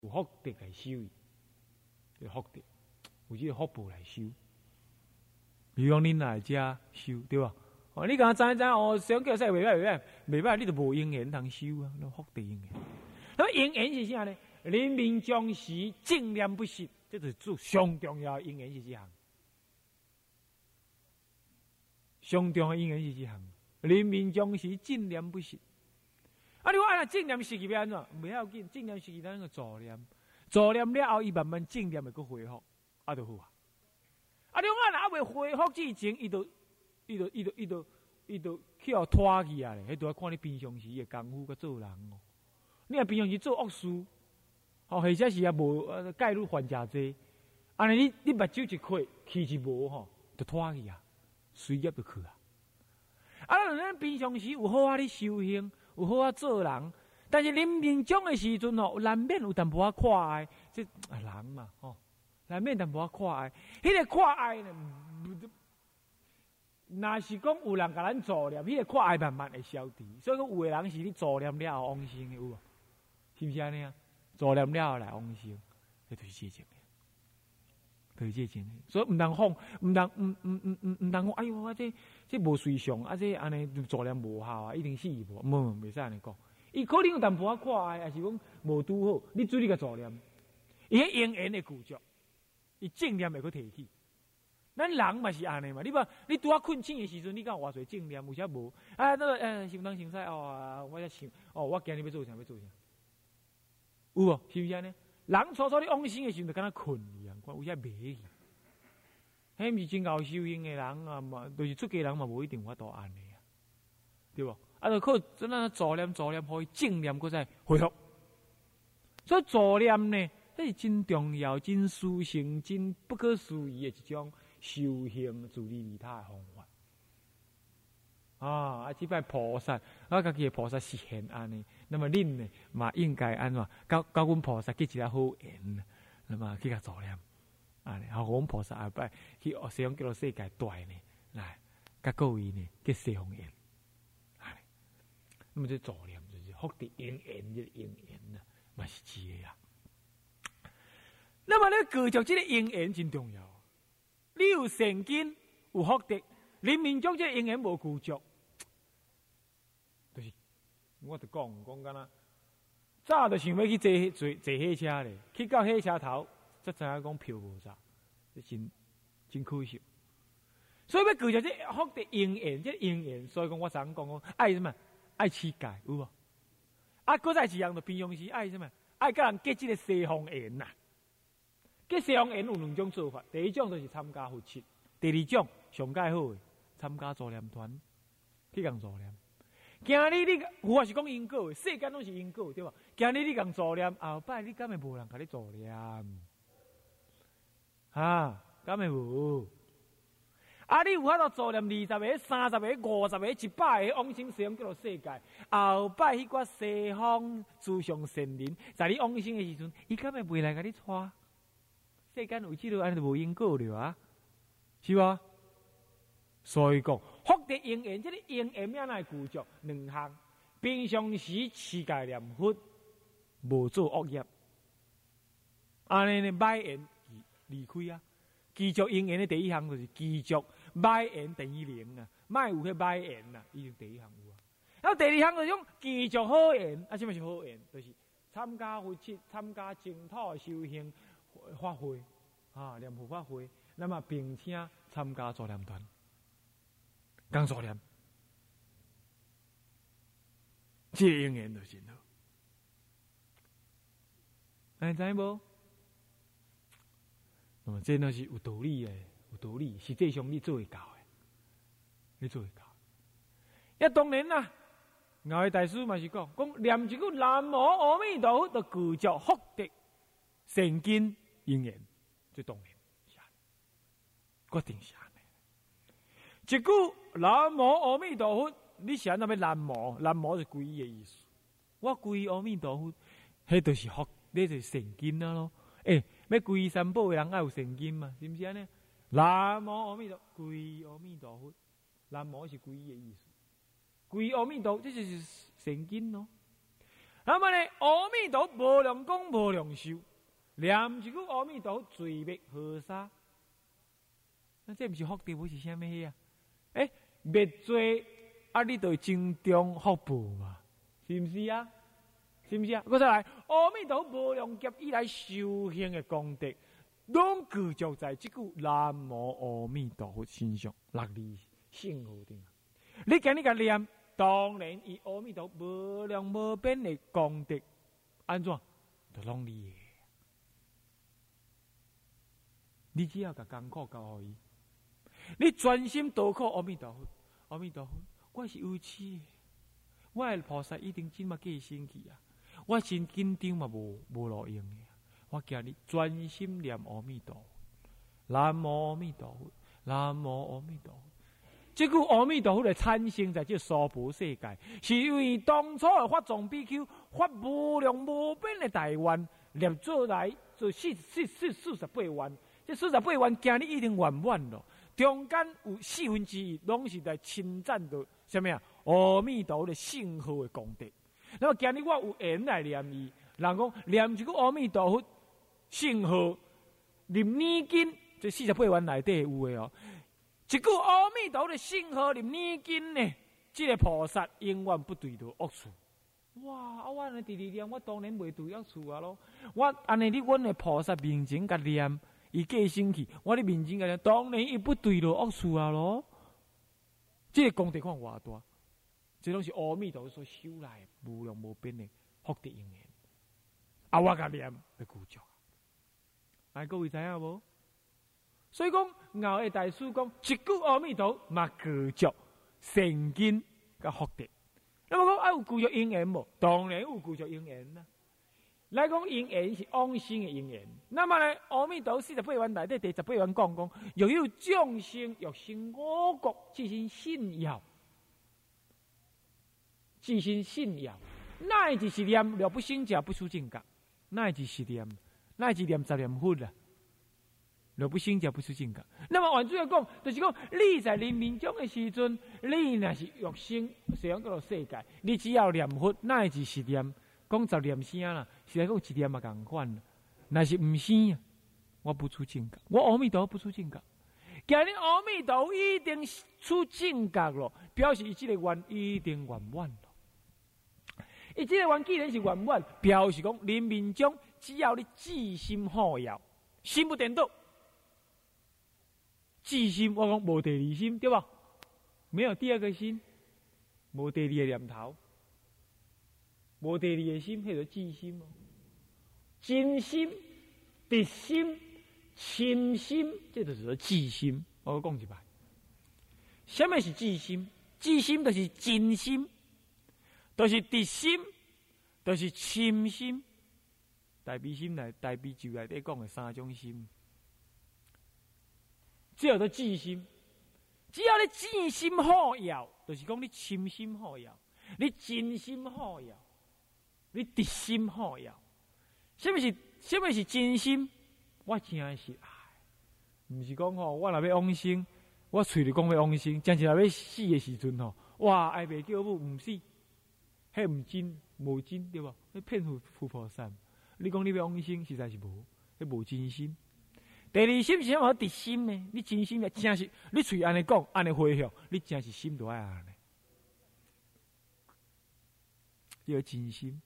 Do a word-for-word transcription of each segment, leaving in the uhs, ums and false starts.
有福德来修伊，有福德，有这个福报来修。比如讲，恁来遮修，对吧？哦，你讲知知哦，上叫说袂歹袂歹袂歹，你就无因缘通修啊，那福德因缘。那么因缘是啥呢？人民将士正念不息，这就是最上重要的因缘是这项。上重要的因缘是这项，人民将士正念不息。啊！你话啊，正念失去要安怎？袂要紧，正念失去咱个助念，助念了后，伊慢慢正念会个恢复，啊，就好啊。啊！你话啊，未恢复之前，伊就，伊就，伊就，伊就，伊就去互拖去啊咧。迄都要看你平常时嘅功夫甲做人哦。你若平常时做恶事，哦，或者是也无呃介入犯遮济，安尼你你目睭一开，气是无吼，就拖去啊，随业就去啊。啊，咱平常时有好啊，咧修行。有好啊做人，但是临命终的时阵吼，难免有淡薄仔看爱，这啊人嘛吼，难免淡薄仔看爱。迄个看爱呢，若是讲有人甲咱助念，迄个看爱慢慢会消除。所以讲有的人是你助念了后往生的有无？是不是安尼啊？助念了后来往生，迄就是这种的，就是这种的。所以毋通放，毋通毋毋毋毋毋通讲，哎呦我这。这无随常，啊！这安尼助念无效啊，一定死无。唔唔，袂使安尼讲。伊可能有淡薄仔看爱，还是讲无拄好。你注意个助念，伊迄因缘会固着，伊正念会去提起。咱人嘛是安尼嘛，你把你拄啊困醒的时阵，你敢有偌侪正念？有啥无？啊，那个呃，想东想西哦，我在想，哦，我今日要做啥？要做啥？有无？是不是安尼？人初初你往生的时阵，就敢若困一样，看有啥袂去。迄毋是真够修行的人啊嘛，就是出家人嘛，无一定法度安尼啊，对无？啊，就靠真那助念助念，可以正念搁再恢复。所以助念呢，这是真重要、真殊胜、真不可思议的一种修行自利利他的方法。啊，啊，即摆菩萨，啊，家己的菩萨实现安尼，那么恁呢嘛应该安怎？教教阮菩萨结一个好缘，那么去甲助念。啊！好，我们菩萨下摆去西方极乐世界带呢，来，甲各位呢去西方缘，啊！那么这助念就是福德因缘，这因缘呐，嘛是知的啊。那么你继续这个因缘真重要，你有善根有福德，人民将这个因缘无继续，就是我就讲讲干啦，早就想要去坐坐坐火车咧，去到火车头。才知影讲票无咋，这真真可惜。所以要继续这福德因缘，这因缘，所以讲我常讲讲爱什么？爱乞丐有无？啊，搁再一样就平常时爱什么？爱甲人结这个西方缘呐。结西方缘有两种做法，第一种就是参加佛七，第二种上介好的参加助念团，去共助念。今日你我是讲因果，世间拢是因果，对吧？今日你共助念，后摆你敢会无人甲你助念？啊，敢会无？啊，你有法度助念二十个、三十个、五十个、一百个往生西方极乐世界，后摆迄个西方诸上善人，在你往生的时阵，伊敢会袂来甲你带？世间有即落安尼就无因果了啊，是吧？所以讲，福德因缘，这个因缘要来具足两项。平常时持戒念佛，无做恶业，安尼呢歹缘离开啊。继续因缘的第一项就是继续歹缘等于零啊，莫有迄歹缘啊，已经第一项有啊。然后第二项就是讲继续好缘，啊，什么是好缘？就是参加佛七、参加净土修行法会啊，念佛法会，那么并且参加助念团。刚助念，这个因缘就真好。哎，知无？那么这都是有道理的，有道理。实际上你做会到的，你做会到。也当然啦，后位大师嘛是讲，讲念一句南无阿弥陀佛，就具足福德善根因缘，这当然是安尼，决定是安尼。一句南无阿弥陀佛，你是安怎要南无？南无是皈依的意思。我皈依阿弥陀佛，迄就是福，那就是善根啊咯。诶、欸，要皈依三宝的人爱有善根嘛？是不是安尼？南无阿弥陀，皈依阿弥陀佛，南无是皈依的意思。皈依阿弥陀，这就是善根咯。 那么呢，阿弥陀无量功无量寿，念一句阿弥陀罪灭河沙。那这不是福德，不是啥物事啊？诶、欸，灭罪啊，你就增重福报嘛，是不是啊？是不是啊？我再来，阿弥陀无量劫以来修行的功德，拢具足在这句南无阿弥陀佛身上六字圣号顶。你今日甲念，当然以阿弥陀无量无边的功德，安怎？就拢你的。你只要甲艰苦交予伊，你专心祷告阿弥陀佛，阿弥陀佛，我是有痴的，我的菩萨一定真嘛计生气啊！我真紧张嘛无无路用的，我叫你专心念阿弥陀佛，南无阿弥陀佛，南无阿弥陀佛。这句阿弥陀佛的产生在这娑婆世界，是因为当初的法藏比丘发无量无边的大愿，念做来做四四四四十八愿，这四十八愿今日已经圆满了。中间有四分之一拢是在称赞着什么啊？阿弥陀佛的圣号的功德。那么今日我有缘来念伊，人讲念一句阿弥陀佛圣号，念念经，这四十八愿内底有的哦。一句阿弥陀的圣号念念经呢，这个菩萨永远不对着恶处。哇！啊，我安尼直直念，我当然袂对恶处啊咯。我安尼伫阮的菩萨面前甲念，伊计生气，我伫面前甲念，当然伊不对着恶处啊咯。这个功德看偌大。这拢是阿弥陀所修来无量无边的福德因缘，啊，我甲念要具足。哎，各位知影无？所以讲，后个大师讲，一句阿弥陀嘛具足善根甲福德。那么讲啊，有具足因缘无？当然有具足因缘啦。来讲因缘是往生的因缘。那么呢，阿弥陀四十八愿内底第十八愿讲讲，若有众生欲生我国，自身信要。自身信仰，那一是念了不生者不出境界，那一是念，那一念十念佛啦，了不生者不出境界。那么换句话讲，就是讲你在临命终的时阵，你若是欲生西方嗰个世界，你只要念佛，那一是念，讲十念声啦，是来讲一念嘛共款。若是唔生啊，我不出境界，我阿弥陀不出境界。今日阿弥陀一定出境界咯，表示伊这个愿一定圆满咯。伊这个愿既然是圆满，表示讲临命中只要你至心好要，心不颠倒，至心我讲无第二心对吧？没有第二个心，无第二个念头，无第二个心，迄个至心哦。真心、直心、深心，这就是至心。我讲一摆，什么是至心？至心就是真心。就是直心，就是深心。大悲心来，大悲咒内底讲的三种心，只有到至心。只要你至心好要，就是讲你深心好要，你真心好要，你直心好要。什么是什么是真心？我真是爱，唔是讲吼，我若要往生，我嘴里讲要往生，真是若要死的时阵吼，哇，爱袂叫母唔死。迄唔真无真对吧？迄骗佛佛菩萨。你讲你要往生，实在是无，迄无真心。第二心是什么？直心呢？你真心的真是，你嘴安尼讲，安尼回向，你真是心都爱安尼。这个真心。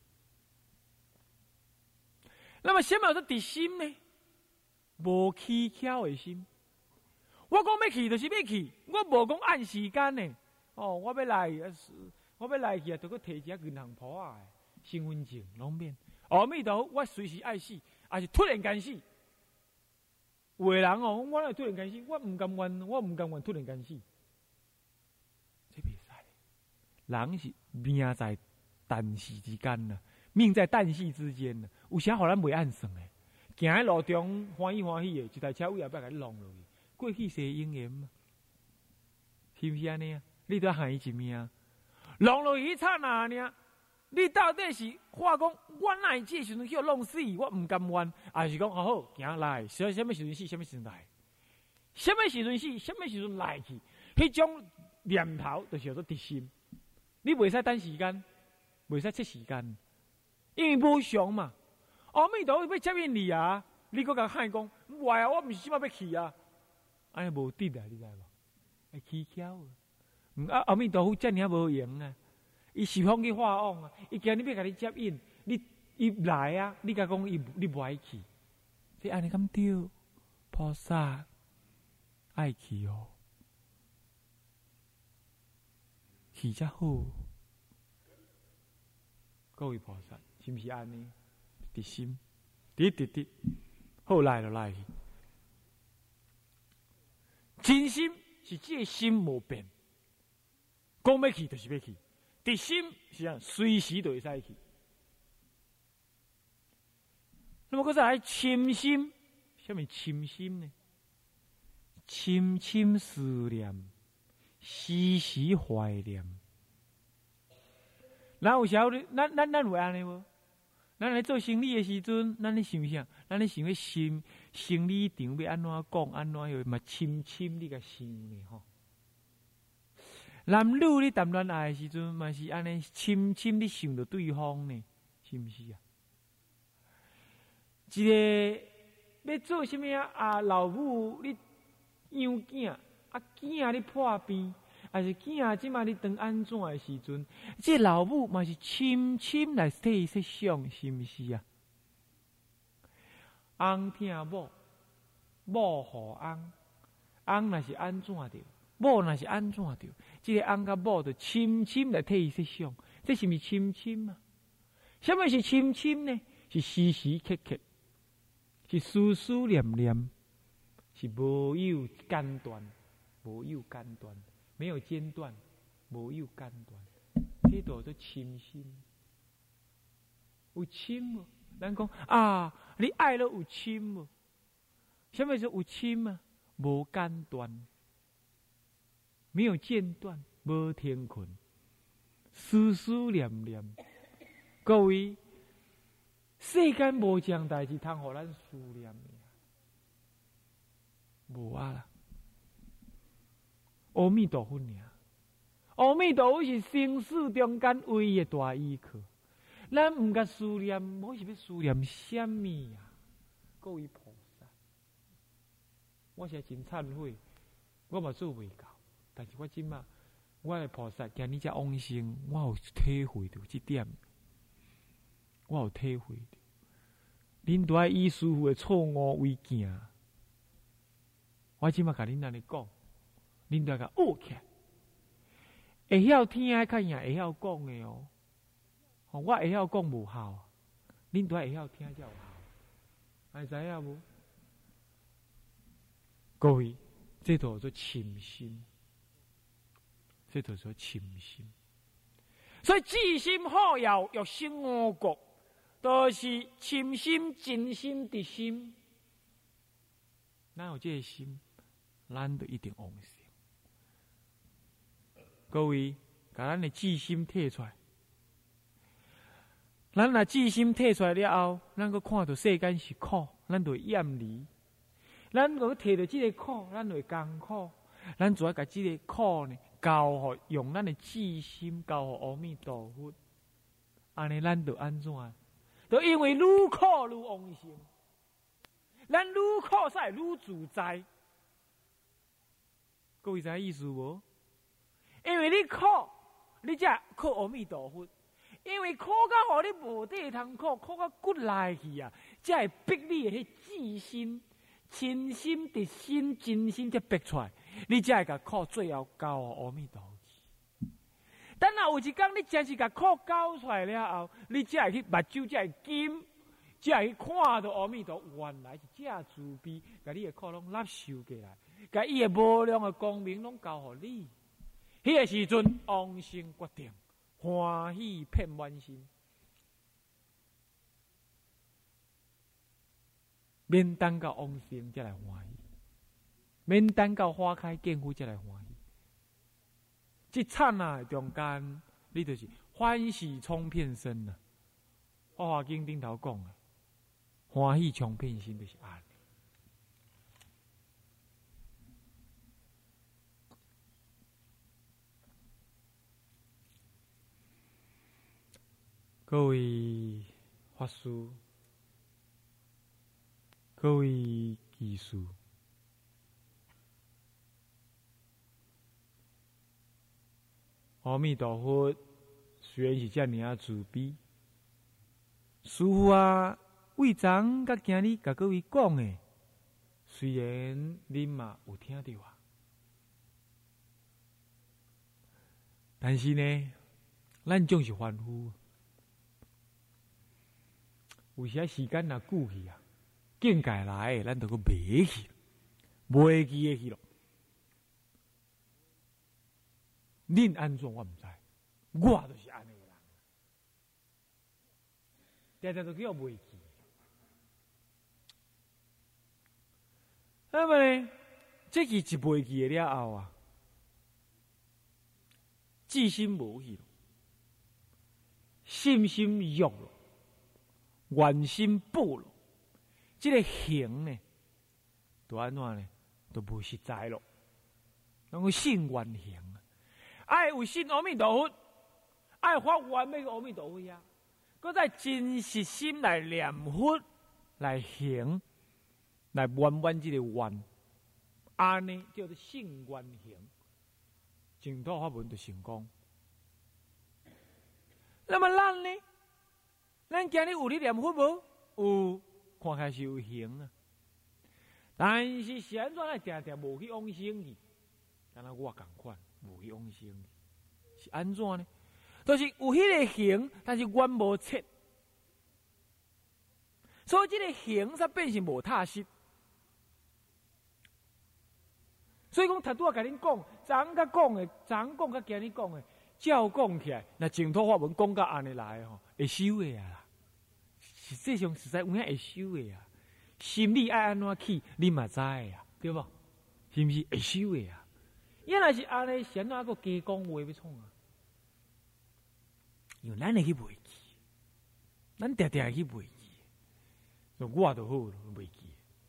那么什么叫做直心呢？无起巧的心。我讲要去就是要去，我无讲按时间呢。哦，我要来。我要来去啊，就去摕一下银行簿啊，身份证拢免。阿弥陀佛，我随时爱死，还是突然间死。有的人哦，我来突然间死，我唔甘愿，我唔甘愿突然间死。这袂使，人是命在旦夕之间呐，命在旦夕之间呐。有啥互咱袂按算诶？行喺路中欢喜欢喜诶，一台车尾后壁甲你弄落去，过去是应验嘛？是不是安尼啊？你都害伊一命。弄落去一刹那呢？你到底是话讲，我哪这时阵叫弄死，我唔甘愿，还是讲好好行来，什什么时阵死，什么时阵来，什么时阵死，什么时阵来去，迄种念头就是叫做直心。你袂使等时间，袂使切时间， 因为无常嘛。阿弥陀佛要接引你啊，你搁甲喊讲，我啊，我毋是即摆要去啊，安尼无得啊，你知无？会蹊跷啊！嗯啊，阿弥陀佛遮尔无用啊，伊是方去化往啊，伊今日要甲你接引，你伊来啊，你甲讲伊你无爱去，这安尼敢对？菩萨爱去哦，去才好。各位菩萨，是毋是安尼？伫心，滴滴滴，好来就来去。真心是这个心无变，讲要去就是要去。伫心是啊，随时都会使去。那么，搁再来深心，什么深心呢？深深思念，时时怀念。咱有时候，咱咱咱会安尼无？咱来做生理的时阵，咱咧想啥？咱咧想要心生理场要安怎讲，安怎样嘛？深深你甲想呢吼。男女咧谈恋爱的时阵，嘛是安尼深深咧想着对方呢，是毋是啊？一个要做什么啊？啊，老母你养囝，啊囝你破病。还是囝即马你当安怎的时阵，这老母嘛是深深来替伊设想，是毋是啊？翁疼某，某护翁，翁若是安怎着，某若是安怎着，这个翁甲某就深深来替伊设想，这是毋是深深啊？什么是深深呢？是时时刻刻，是思思念念，是无有间断，无有间断。没有间断，无有间断，这都叫深心。有深无？咱讲啊，你爱了有深无？什么是有深啊？无间断，没有间断，无停困，思思念念。各位，世间无样代志通互咱思念的，无啊啦。阿弥陀佛尔，阿弥陀佛是生死中间唯一的大依靠。咱毋甲思念，我是要思念什么呀？各位菩萨，我是真忏悔，我嘛做袂到。但是我即马，我的菩萨今日才往生，我有体会到这点，我有体会到。恁都爱以师父的错误为镜，我即马甲恁安尼讲。恁都要甲学起来，会晓听的较赢会晓讲的哦。我会晓讲无效，恁都会晓听才有效。会知影无？各位，这叫做深心，这叫做深心。所以至心好要要生五国，都是深心、真心、直心。咱有这个心，咱就一定往生。各位，把咱的志心摕出来。咱若志心摕出来了后，咱阁看到世间是苦，咱就会厌离。咱如果摕到这个苦，咱就会艰苦。咱就要把这个苦呢，交予用咱的志心交予阿弥陀佛。安尼，咱就安怎？就因为愈苦愈往生，咱愈苦才会愈自在。各位知影意思无？因为你苦，你才靠阿弥陀佛。因为苦到互你无地通苦，苦到骨内去啊，才会逼你的迄志心、真心、直心、真心才逼出来，你才会甲苦最后交予阿弥陀佛去。等若有一天你真是甲苦交出来了后，你才会去目睭才会金，才会去看到阿弥陀原来是这慈悲，甲你的苦拢纳受过来，甲伊的无量的光明拢交予你。迄个时阵，往生决定，欢喜遍满心，免等到往生才来欢喜，免等到花开见佛才来欢喜。这刹那中间，你就是欢喜冲遍身啊！《法华经》顶头讲啊，欢喜冲遍身就是安尼。各位法师、各位技师，阿弥陀佛，虽然是遮尔啊慈悲，师父啊，为昨甲今日甲各位讲的，虽然恁嘛有听到啊，但是呢，咱总是凡夫，有些时间若久去啊，境界来的，咱都个袂去，袂记会去咯。恁安怎我毋知，我就是安尼个人，常常都叫我袂记。那么呢，这是一袂记了后啊，志心无去咯，信心弱咯，愿心补咯，这个行呢，都安怎呢？都不实在咯，能够信愿行。爱有信阿弥陀佛，爱发愿要阿弥陀佛呀。搁在真实心来念佛，来行，来圆满这个愿，安尼叫做信愿行，净土法门就成功。那么咱呢？咱今日有咧念佛无？有，看开始有行啊。但是是安怎来定定无去往生去？敢若我共款。无去往生是安怎呢？就是有迄个行，但是愿无切，所以这个行才变成无踏实。所以讲，头拄仔甲恁讲，昨甲讲的，昨讲甲今日讲的，照讲起来，那净土法门讲到安尼来吼，会修的啊，实际上实在有影会修的啊。心理爱安怎去，你嘛知啊，对无？是毋是会修的啊？原来是安尼，先那个加讲话要创啊，因为咱会去袂记，咱常常去袂记，所以我就好袂记，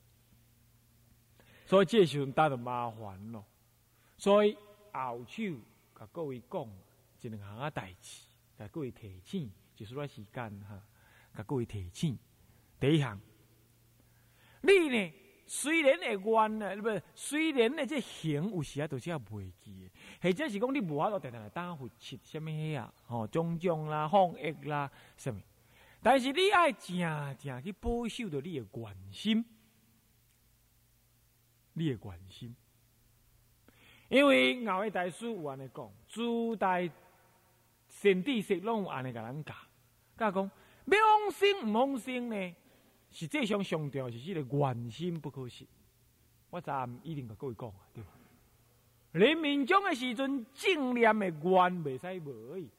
所以这时阵大就麻烦咯。所以后手甲各位讲一两项啊代志，甲各位提醒，就是段时间哈，甲各位提醒。第一项，你呢？虽然会愿啊，不，虽然呢，这行有时啊，都是要袂记的，或者是讲你无法度常常来打佛七什么迄啊，吼，种种啦、放逸啦，什么，但是你爱正正去保守着你的愿心，你的愿心，因为后个大师有安尼讲，诸大先知识拢有安尼甲咱教，甲讲要往生唔往生呢？实际上上重要是这个愿心不可失。我昨暗一定甲各位讲啊，对吧？你命中的时阵，正念的愿袂使无去，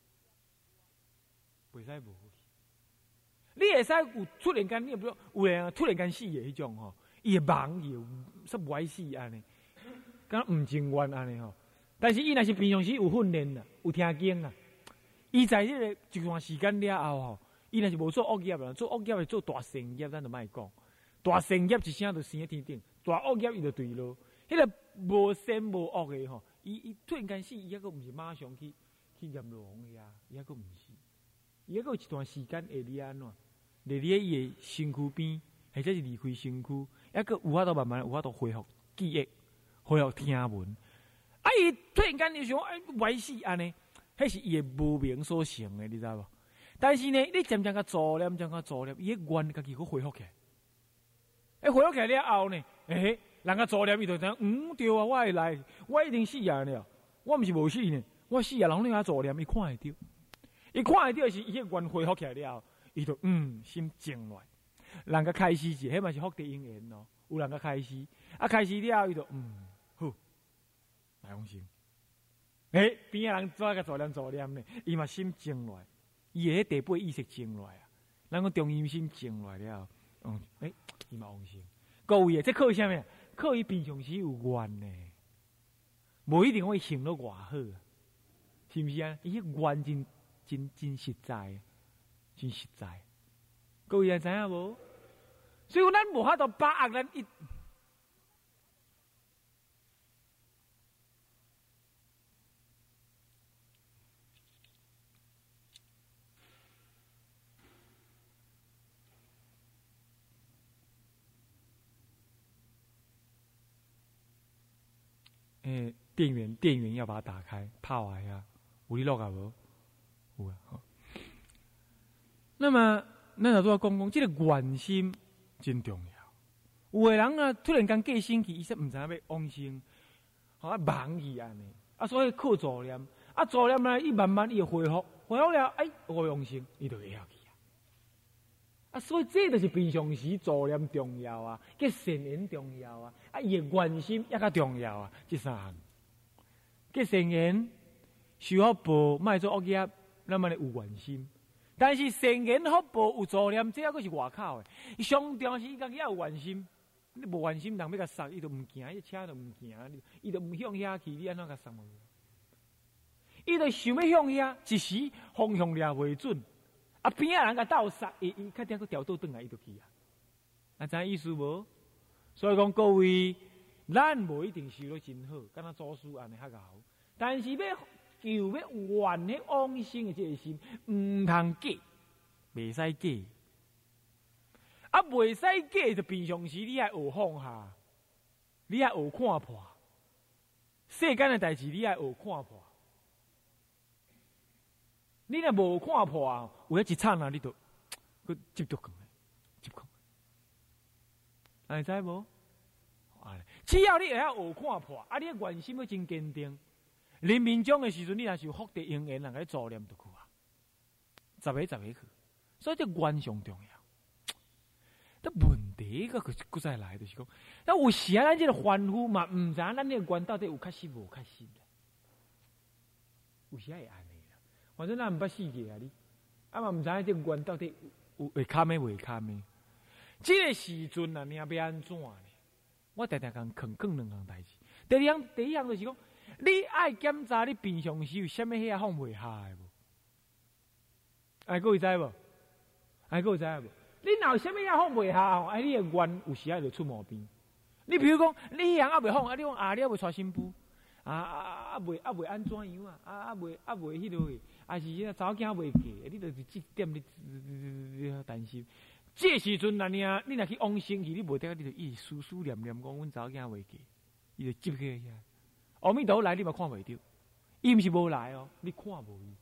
袂使无去。你会使有突然间，你比如有人突然间死的迄种吼，伊会忙，伊会说不爱死安尼，敢唔情愿安尼吼。但是伊若是平常时有训练啦，有听经啦，伊在这个一段时间了后吼。伊若是无做恶业啦，做恶业是做大善业，咱就莫讲。大善业一声就升喺天顶，大恶业伊就对咯。迄个无善无恶嘅吼，伊伊突然间死，伊还个毋是马上去去阎罗王呀，伊还个毋是，伊还个有一段时间会离安怎？离离伊嘅身躯边，或者是离开身躯，还个有法度慢慢有法度恢复记忆，恢复听闻。啊，伊突然间就想哎，歪死安尼，迄是伊嘅无明所成嘅，你知无？但是呢，你渐渐甲做念，渐渐做念，伊个愿家己去恢复起来。哎，恢复起来了后呢，哎，人家做念伊就讲，嗯，对啊，我会来，我一定死啊了，我毋是无死呢，我死啊，人你甲做念，伊看会到，伊看会到是伊个愿恢复起来了后，伊就嗯心静落来。人家开始是，迄嘛是福德因缘咯，有人家开始，啊开始了后，伊就嗯好，来往生。哎，边个人做个做念做念呢？伊嘛心静落来。伊个第八意识静落来啊，咱个中阴心静落来了，嗯，诶、欸，伊嘛往生。各位啊，这靠啥物？靠伊平常时有愿呢，无一定会行得偌好啊，是毋是啊？伊个愿真真真实在，真实在。各位啊，知影无？所以咱无法度把握咱一。 诶，电源电源要把它打开，泡啊呀，有你录啊无？有啊。吼。那么，咱就拄仔讲讲，这个愿心真重要。有的人啊，突然间过生气，伊说毋知影要往生，吼啊忙去安尼，啊所以靠助念，啊助念呢，伊慢慢伊会恢复，恢复了，哎，我往生，伊就会晓去啊。啊，所以这就是平常时助念重要啊，结善缘重要啊，啊伊的愿心也较重要啊，这三项。结善缘，修福报，莫做恶业，那么呢有愿心。但是善缘福报有助念，这还阁是外口的。伊上重要是伊家己要有愿心。你无愿心，人要甲杀，伊就毋行，伊车就毋行，伊就毋向遐去，你安怎甲杀？伊就想要向遐，一时方向掠袂准，啊边仔人甲斗杀，伊伊较点佫调倒转来，伊就去啊。啊，知意思无？所以讲各位，咱无一定修得真好，敢若祖师安尼较好，但是要求要愿迄往生的这个心，毋通假，袂使假。啊，袂使假就平常时你爱学放下，你爱学看破，世间的代志你爱学看破。你若无看破，有一一刹那你就去接着讲，接讲，你知无？只要你会晓学看破，啊，你的愿心要真坚定。临命终的时阵，你若是有福德因缘，人家助念就去啊，十个十个去。所以这愿上重要。这问题个佢佢再来，就是讲，那有时啊，咱这个凡夫嘛，唔知咱这个愿到底有较实无较实啦。有时会安尼啦，反正咱唔捌死过啊，你啊嘛唔知这个愿到底有会卡咩未卡咩。这个时阵啊，你要安怎呢？我常常讲肯讲两项代志。第二项，第一项就是讲，你爱检查你平常时有啥物遐放袂下的无？哎，各位知无？哎，各位知无？你若有啥物嘢放袂下吼，哎，你嘅愿有时啊就出毛病。你比如讲，你迄样啊袂放，啊你讲啊，你还袂娶新妇，啊啊啊袂啊袂安怎样啊，啊啊袂啊袂迄落去，啊是迄个查某囝袂嫁，你就是这点你你担心。这时阵啊，你你若去往生去，你袂得，你就一直思思念念讲，阮查某囝袂嫁，伊就接去遐。阿弥陀佛来，你嘛看袂到，伊毋是无来哦，你看无伊。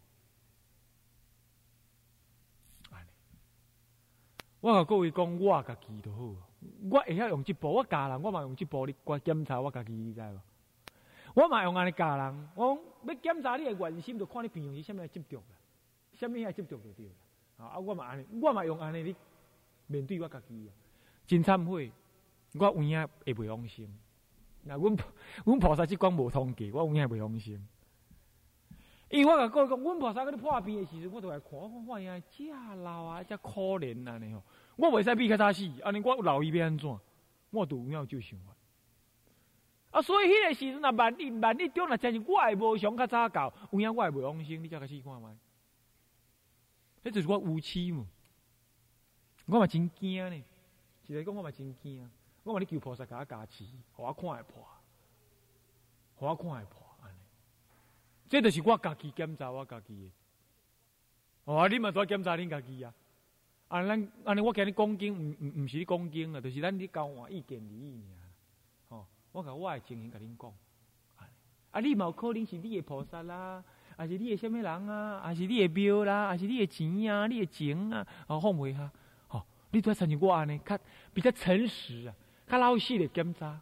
我甲各位讲，我家己就好。我会晓用这步，我教人，我嘛用这步，你我检查我家己，你知无？我嘛用安尼教人，我讲要检查你的愿心，就看你平常时啥物执着啦，啥物遐执着就对啦。啊，我嘛安尼，我嘛用安尼，你面对我家己啊，真忏悔，我有影会袂往生。那阮阮菩萨即讲无通过，我有影会袂往生。因为我甲各位讲，阮菩萨嗰啲破病的时阵，我都来看，我看呀，这老啊，这可怜啊，你吼，我袂使比较早死，安尼我老伊要安怎？我都有影就想法。啊，所以迄个时阵啊，万一万一中了，真是我会无想较早到，有影我会袂往生，你才开始看卖。迄就是我无耻嘛，我嘛真惊呢。实在讲，我嘛真惊，我嘛你求菩萨甲我加持，互我看会破，互我看会破。这就是我家己检查我家己的。哦，你嘛在检查恁家己啊？啊，咱安尼我今日讲经，唔唔唔是你讲经啊，就是咱你交换意见而已尔。哦，我甲我的情形甲恁讲。啊，你嘛有可能是你的菩萨啦，还是你的什么人啊？还是你的庙啦？还是你的钱啊？你的情啊？哦，放袂下。哦，你都要参像我安尼，较比较诚实啊，较老实的检查。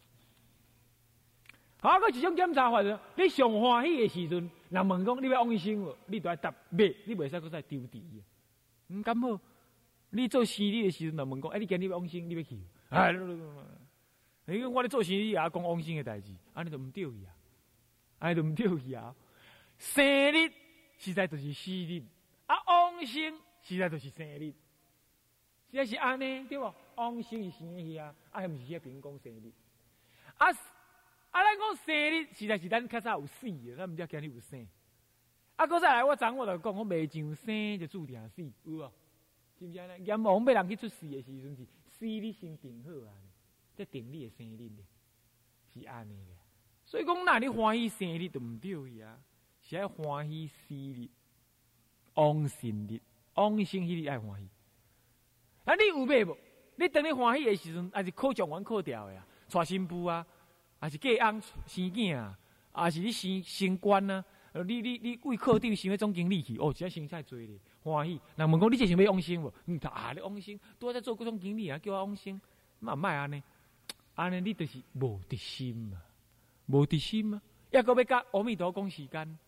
啊，个一种检查法着，你上欢喜的时阵，人问讲你要往生无？你都要答袂，你袂使搁再丢底。嗯，咁好，你做生意的时阵，人问讲，哎，你今日要往生，你要去？哎，你我咧做生意也讲往生的代志，安尼就唔对去啊，安尼就唔对去啊。生日实在就是死日，啊，往生实在就是生日，实在是安尼对无？往生是生日啊，啊，毋是迄边讲生日，啊。啊，咱讲生日，实在是咱较早有死的，咱毋知今日有生。啊，搁再来，我昨我就讲，我未上生就注定死，有无？是毋是安尼？阎王要人去出世的时阵是死你先定好啊，才定你的生日咧，是安尼咧。所以讲，那你欢喜生日就毋对去啊，是爱欢喜死日、往生日、往生迄日爱欢喜。啊，你有买无？你等你欢喜的时阵，还是考状元考掉的啊，娶新妇啊。 还是嫁翁生囝啊，还是你升升官啊？你你你为课长想要总经理去，哦，真生菜多咧，欢喜。人问讲你这想要往生无？嗯，啊，你往生，拄在做嗰种经理啊，叫我往生，嘛莫安尼，安尼你就是无得心啊，无得心啊，抑个要甲阿弥陀讲时间，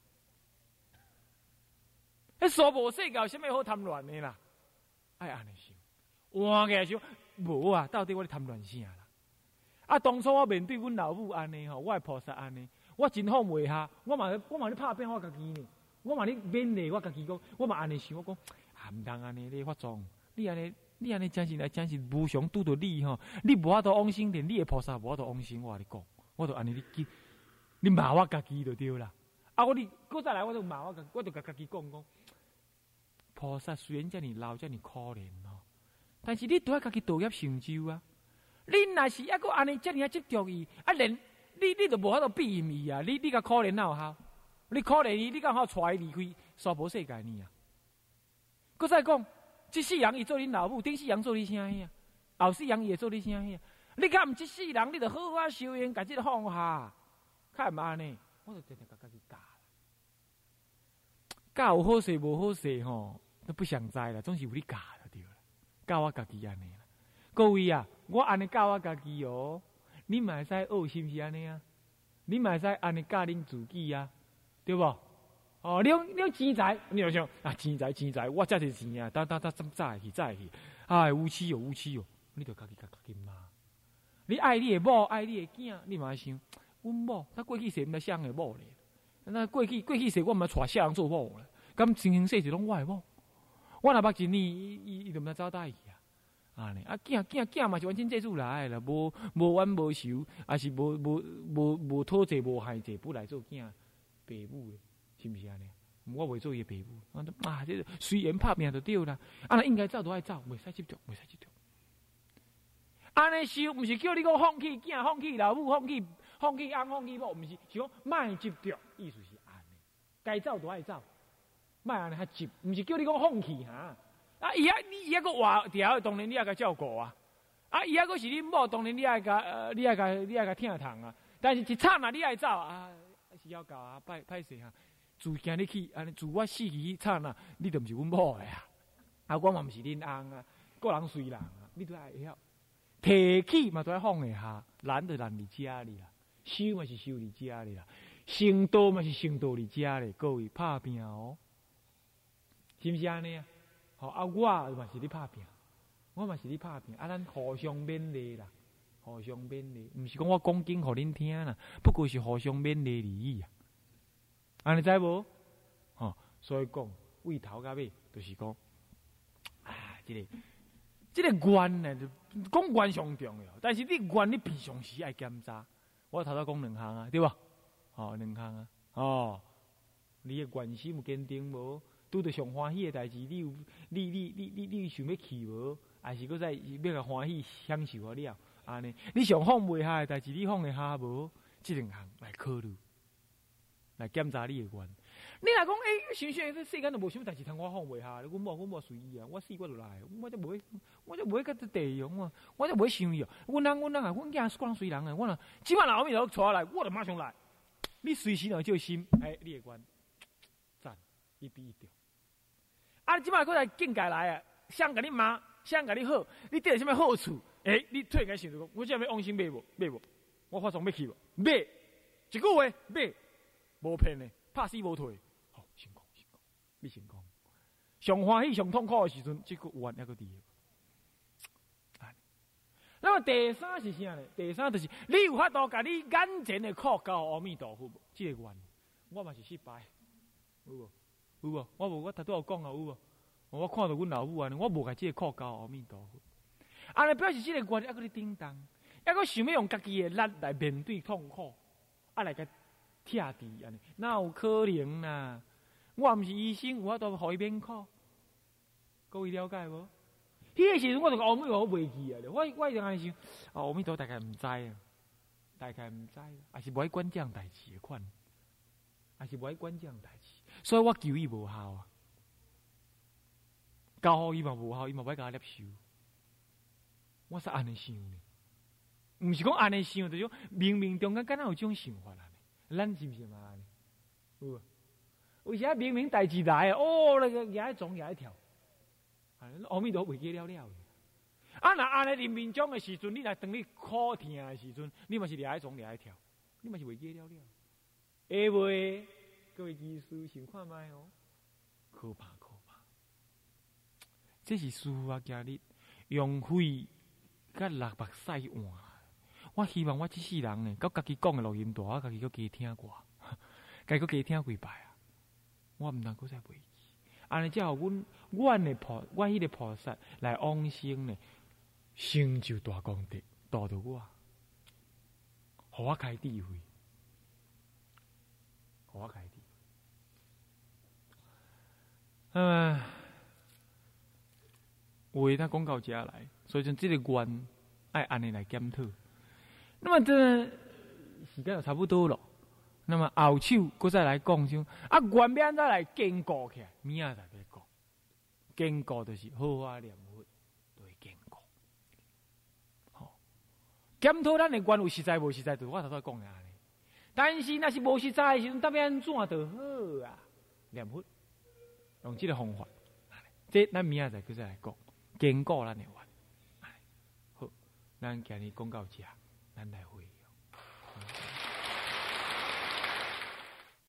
迄娑婆世界有啥物好贪恋的啦？爱安尼想，换起来想，无啊，到底我咧贪恋啥啦？啊，当初我面对阮老母安尼吼，我的菩萨安尼。我真放袂下，我嘛我嘛咧拍拼我家己呢，我嘛咧勉励我家己讲，我嘛安尼想，我讲啊，毋通安尼咧发作，你安尼你安尼真是来真是无常拄到你吼，你无法度往生，连你的菩萨无法度往生，我你讲，我就安尼你记，你骂我家己就对啦。啊，我你搁再来，我就骂我家，我就甲家己讲讲，菩萨虽然遮尔老遮尔可怜吼，但是你都要家己道业成就啊。你若是抑个安尼遮尔执着伊，啊连。你你都无法度避免伊啊！你你甲可怜哪有效？你可怜伊，你敢好带伊离开娑婆世界呢啊？搁再讲，这世人伊做恁老母，顶世人做你啥呀？后世人伊会做你啥呀？你敢毋这世人，你着好好修行，甲这个放下，看毋安尼？我就直直甲家己教，教有好势无好势吼，都不想知啦，总是有你教就对啦，教我家己安尼啦。各位啊，我安尼教我家己哦。你嘛会使学是毋是安尼啊？你嘛会使安尼教恁自己啊，对无？哦，你用你用钱财，你就想啊，钱财钱财，我遮侪钱啊，当当当怎早去早去，哎，有气哦有气哦，你着家己家家己骂。你爱你的某，爱你的囝，你嘛想，阮某，他过去世毋知谁的某咧？那过去过去世我毋知带啥人做某咧？咁情形世是拢我的某，我若捌一年，伊伊伊就毋知走倒去啊。啊呢啊囝囝囝嘛是完全借主来啦，无无冤无仇，也是无无无无讨债无害债，不来做囝爸母的，是毋是安尼？我袂做伊爸母，啊啊，这随缘拍拼就对啦。啊，那应该走就爱走，袂使执着，袂使执着。安尼修，毋是叫你讲放弃囝、放弃老母、放弃放弃翁、放弃某，毋是，是讲莫执着，意思是安尼。该走就爱走，莫安尼较执，毋是叫你讲放弃哈。啊，伊啊，你伊啊个活条，当然你也甲照顾啊。啊，伊啊个是恁某，当然你爱甲，呃，你爱甲，你爱甲疼痛啊。但是一刹那你爱走啊，是要教啊，歹歹势哈。自今日起，安尼自我死去迄刹那，你就毋是阮某的啊。啊，我嘛毋是恁翁啊，个人随人啊，你都爱晓。提起嘛都要放下下，难就难伫遮里啦，修嘛是修伫遮里啦，成道嘛是成道伫遮里，各位拍拼哦，是毋是安尼啊？好啊，我嘛是咧拍拼，我嘛是咧拍拼，啊，咱互相勉励啦，互相勉励，毋是讲我讲经互恁听啦，不过是互相勉励而已啊。安尼知无？吼、哦，所以讲，为头到尾，就是讲，啊，这个，这个愿呢，讲愿上重要，但是你愿你平常时爱检查。我头头讲两项啊，对吧？哦，两项啊，哦，你的愿心有坚定无？拄着上欢喜的代志，你有你你你你你想要去无？还是搁再要甲欢喜享受好了？安尼，你上放袂下的代志，你放会下无？这两项来考虑，来检查你的愿。你若讲，诶，想想这世间都无啥物代志通我放袂下，阮某阮某随意啊，我死我就来，我则袂，我则袂甲这地用啊，我则袂想伊哦。阮人阮人啊，阮囝个人随人啊，我若即摆若后面头带来，我就马上来。你随时若照心，诶，你的愿赞一比一着。啊！即摆过来境界来啊，想甲你骂，想甲你好，你得什么好处？诶、欸，你退开想着讲，我即要往生买无？买无？我发送要去无？买，一句话买，无骗的，拍死无退。好，成功，成功，你成功。上欢喜、上痛苦的时阵，这个愿还个伫。那么第三是啥呢？第三就是你有法度甲你眼前的苦交阿弥陀佛，这个愿，我嘛是失败，有无？有无？我无，我头拄有讲啊，有无？我看到阮老母安尼，我无甲即个苦交阿弥陀佛。安尼表示即个愿还阁咧叮当，还阁想要用家己的力来面对痛苦，啊来甲拆除安尼，哪有可能呐？我毋是医生，有法度互伊免苦。各位了解无？迄个时阵我就阿弥陀佛袂记啊！我我一直安尼想，啊阿弥陀大概毋知啊，大概毋知，还是无爱管这样代志的款，还是无爱管这样代志。所以我求伊无效啊，教好伊嘛无效，伊嘛不爱甲我接受。我是安尼想呢， 毋是讲安尼想，就是冥冥中间敢若有种想法啊？咱是毋是嘛？有啊。有时啊，明明代志来哦，那个也总也跳，阿弥陀袂记了了。啊，那安尼临命终的时阵，你来当你苦痛的时阵，你嘛是掠总掠跳，你嘛是袂记了了。会袂？各位技师想看卖哦，可怕可怕！这是师父啊，今日用肺甲六目屎换。我希望我这世人呢，到家己讲的录音带，我家己搁加听过，家己搁加听几摆啊！我毋能够再袂记，安尼才互阮阮的菩，阮迄个菩萨来往生呢，成就大功德，度着我，互我开智慧，互我开智慧。啊，话他讲到遮来，所以像这个愿爱安尼来检讨。那么这时间就差不多了。那么后手搁再来讲像啊，原要安怎来坚固起来？明仔再来讲，坚固就是好好念佛，就会坚固。好，检讨咱的愿有实在无实在，就是我头先讲的安尼。但是若是无实在的时阵，当要安怎就好啊？念佛用这个方法，这咱明仔再搁再来讲，坚固咱的愿。好，咱今日讲到这，咱来。